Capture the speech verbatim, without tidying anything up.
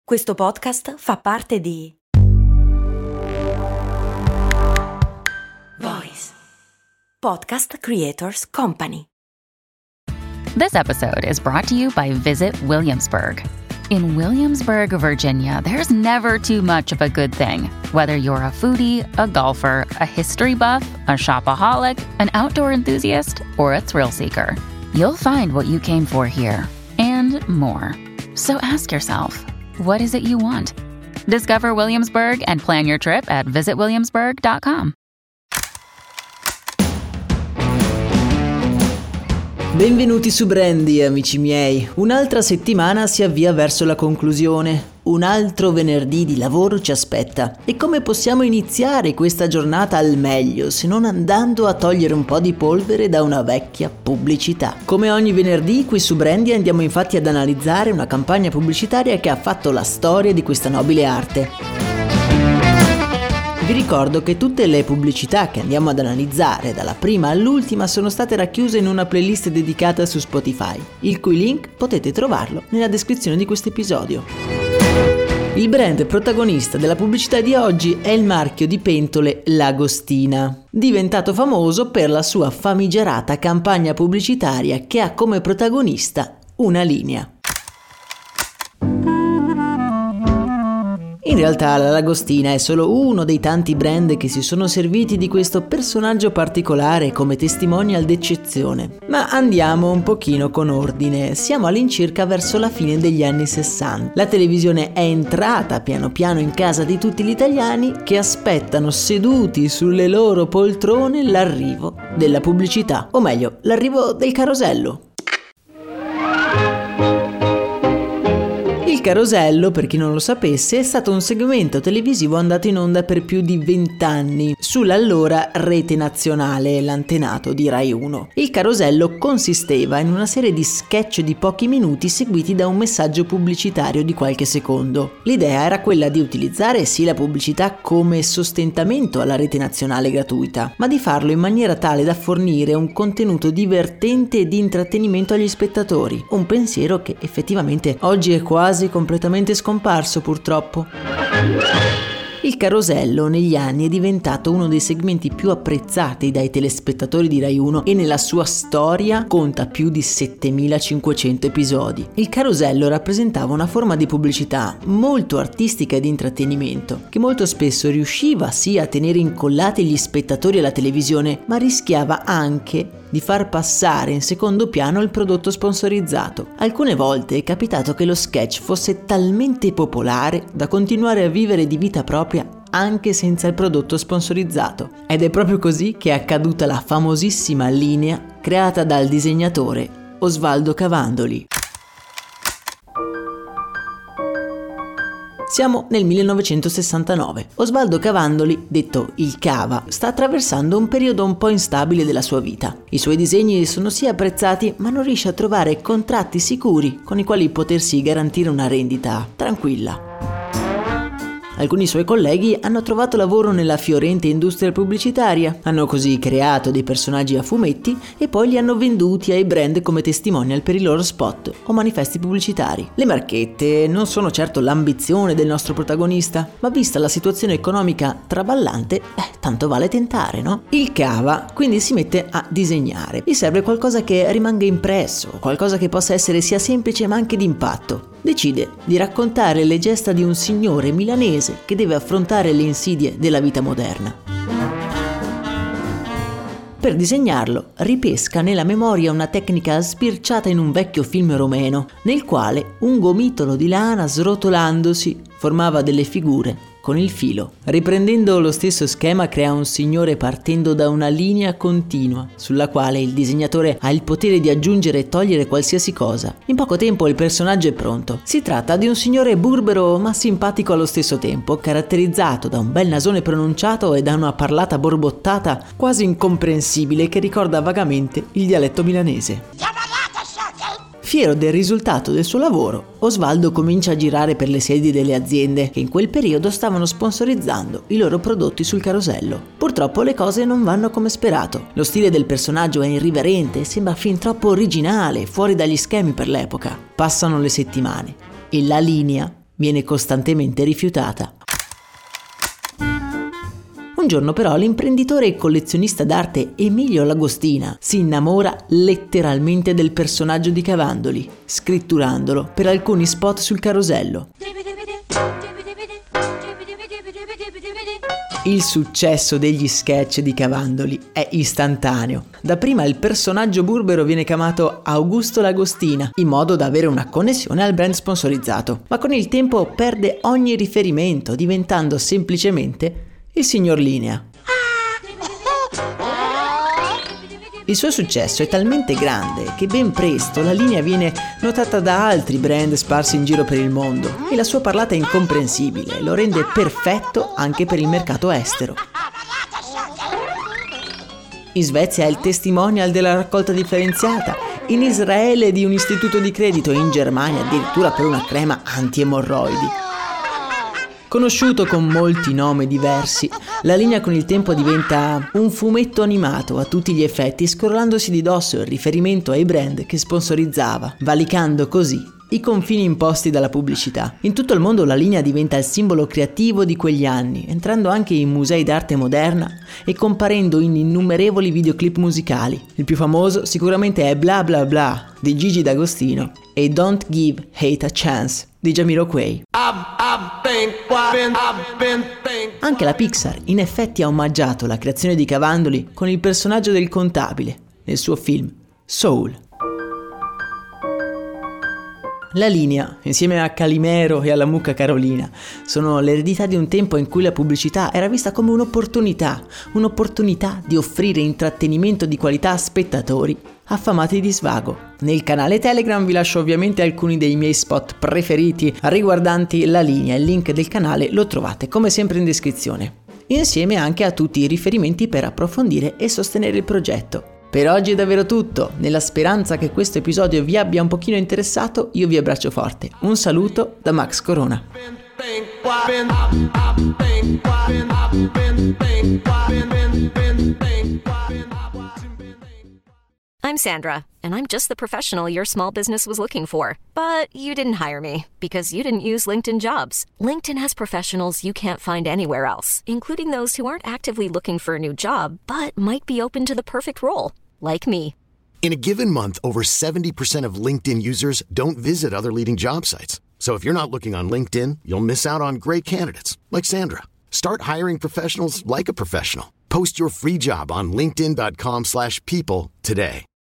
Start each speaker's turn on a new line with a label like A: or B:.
A: Questo podcast fa parte di Voice Podcast Creators Company.
B: This episode is brought to you by Visit Williamsburg. In Williamsburg, Virginia, there's never too much of a good thing. Whether you're a foodie, a golfer, a history buff, a shopaholic, an outdoor enthusiast, or a thrill seeker, you'll find what you came for here and more. So ask yourself, what is it you want? Discover Williamsburg and plan your trip at visit williamsburg dot com.
C: Benvenuti su Brandy, amici miei. Un'altra settimana si avvia verso la conclusione. Un altro venerdì di lavoro ci aspetta. E come possiamo iniziare questa giornata al meglio se non andando a togliere un po' di polvere da una vecchia pubblicità? Come ogni venerdì qui su Brandy andiamo infatti ad analizzare una campagna pubblicitaria che ha fatto la storia di questa nobile arte. Vi ricordo che tutte le pubblicità che andiamo ad analizzare, dalla prima all'ultima, sono state racchiuse in una playlist dedicata su Spotify, il cui link potete trovarlo nella descrizione di questo episodio. Il brand protagonista della pubblicità di oggi è il marchio di pentole Lagostina, diventato famoso per la sua famigerata campagna pubblicitaria che ha come protagonista una linea. In realtà la Lagostina è solo uno dei tanti brand che si sono serviti di questo personaggio particolare come testimonial d'eccezione. Ma andiamo un pochino con ordine. Siamo all'incirca verso la fine degli anni sessanta. La televisione è entrata piano piano in casa di tutti gli italiani che aspettano seduti sulle loro poltrone l'arrivo della pubblicità, o meglio, l'arrivo del carosello. Il carosello, per chi non lo sapesse, è stato un segmento televisivo andato in onda per più di vent'anni sull'allora rete nazionale, l'antenato di Rai uno. Il carosello consisteva in una serie di sketch di pochi minuti seguiti da un messaggio pubblicitario di qualche secondo. L'idea era quella di utilizzare sì la pubblicità come sostentamento alla rete nazionale gratuita, ma di farlo in maniera tale da fornire un contenuto divertente e di intrattenimento agli spettatori, un pensiero che effettivamente oggi è quasi completamente scomparso, purtroppo. Il carosello negli anni è diventato uno dei segmenti più apprezzati dai telespettatori di Rai uno e nella sua storia conta più di settemilacinquecento episodi. Il carosello rappresentava una forma di pubblicità molto artistica e di intrattenimento, che molto spesso riusciva sì a tenere incollati gli spettatori alla televisione, ma rischiava anche di far passare in secondo piano il prodotto sponsorizzato. Alcune volte è capitato che lo sketch fosse talmente popolare da continuare a vivere di vita propria anche senza il prodotto sponsorizzato. Ed è proprio così che è accaduta la famosissima linea creata dal disegnatore Osvaldo Cavandoli. Siamo nel millenovecentosessantanove. Osvaldo Cavandoli, detto il Cava, sta attraversando un periodo un po' instabile della sua vita. I suoi disegni sono sì apprezzati, ma non riesce a trovare contratti sicuri con i quali potersi garantire una rendita tranquilla. Alcuni suoi colleghi hanno trovato lavoro nella fiorente industria pubblicitaria, hanno così creato dei personaggi a fumetti e poi li hanno venduti ai brand come testimonial per i loro spot o manifesti pubblicitari. Le marchette non sono certo l'ambizione del nostro protagonista, ma vista la situazione economica traballante, eh, tanto vale tentare, no? Il Cava quindi si mette a disegnare. Gli serve qualcosa che rimanga impresso, qualcosa che possa essere sia semplice ma anche d'impatto. Decide di raccontare le gesta di un signore milanese che deve affrontare le insidie della vita moderna. Per disegnarlo, ripesca nella memoria una tecnica sbirciata in un vecchio film romeno, nel quale un gomitolo di lana srotolandosi formava delle figure con il filo. Riprendendo lo stesso schema, crea un signore partendo da una linea continua, sulla quale il disegnatore ha il potere di aggiungere e togliere qualsiasi cosa. In poco tempo il personaggio è pronto. Si tratta di un signore burbero ma simpatico allo stesso tempo, caratterizzato da un bel nasone pronunciato e da una parlata borbottata quasi incomprensibile che ricorda vagamente il dialetto milanese. Fiero del risultato del suo lavoro, Osvaldo comincia a girare per le sedi delle aziende che in quel periodo stavano sponsorizzando i loro prodotti sul carosello. Purtroppo le cose non vanno come sperato. Lo stile del personaggio è irriverente e sembra fin troppo originale, fuori dagli schemi per l'epoca. Passano le settimane e la linea viene costantemente rifiutata. Un giorno però l'imprenditore e collezionista d'arte Emilio Lagostina si innamora letteralmente del personaggio di Cavandoli, scritturandolo per alcuni spot sul carosello. Il successo degli sketch di Cavandoli è istantaneo. Dapprima il personaggio burbero viene chiamato Augusto Lagostina, in modo da avere una connessione al brand sponsorizzato, ma con il tempo perde ogni riferimento, diventando semplicemente il signor Linea. Il suo successo è talmente grande che ben presto la linea viene notata da altri brand sparsi in giro per il mondo e la sua parlata è incomprensibile, lo rende perfetto anche per il mercato estero. In Svezia è il testimonial della raccolta differenziata, in Israele di un istituto di credito e in Germania addirittura per una crema anti-emorroidi. Conosciuto con molti nomi diversi, la linea con il tempo diventa un fumetto animato a tutti gli effetti, scrollandosi di dosso il riferimento ai brand che sponsorizzava, valicando così i confini imposti dalla pubblicità. In tutto il mondo la linea diventa il simbolo creativo di quegli anni, entrando anche in musei d'arte moderna e comparendo in innumerevoli videoclip musicali. Il più famoso sicuramente è Bla Bla Bla di Gigi D'Agostino e Don't Give Hate a Chance di Jamiroquai. Anche la Pixar in effetti ha omaggiato la creazione di Cavandoli con il personaggio del contabile nel suo film Soul. La linea, insieme a Calimero e alla mucca Carolina, sono l'eredità di un tempo in cui la pubblicità era vista come un'opportunità, un'opportunità di offrire intrattenimento di qualità a spettatori affamati di svago. Nel canale Telegram vi lascio ovviamente alcuni dei miei spot preferiti riguardanti la linea, il link del canale lo trovate come sempre in descrizione, insieme anche a tutti i riferimenti per approfondire e sostenere il progetto. Per oggi è davvero tutto, nella speranza che questo episodio vi abbia un pochino interessato, io vi abbraccio forte. Un saluto da Max Corona.
D: I'm Sandra, and I'm just the professional your small business was looking for. But you didn't hire me because you didn't use LinkedIn Jobs. LinkedIn has professionals you can't find anywhere else, including those who aren't actively looking for a new job, but might be open to the perfect role, like me.
E: In a given month, over seventy percent of LinkedIn users don't visit other leading job sites. So if you're not looking on LinkedIn, you'll miss out on great candidates, like Sandra. Start hiring professionals like a professional. Post your free job on linkedin dot com slash people today.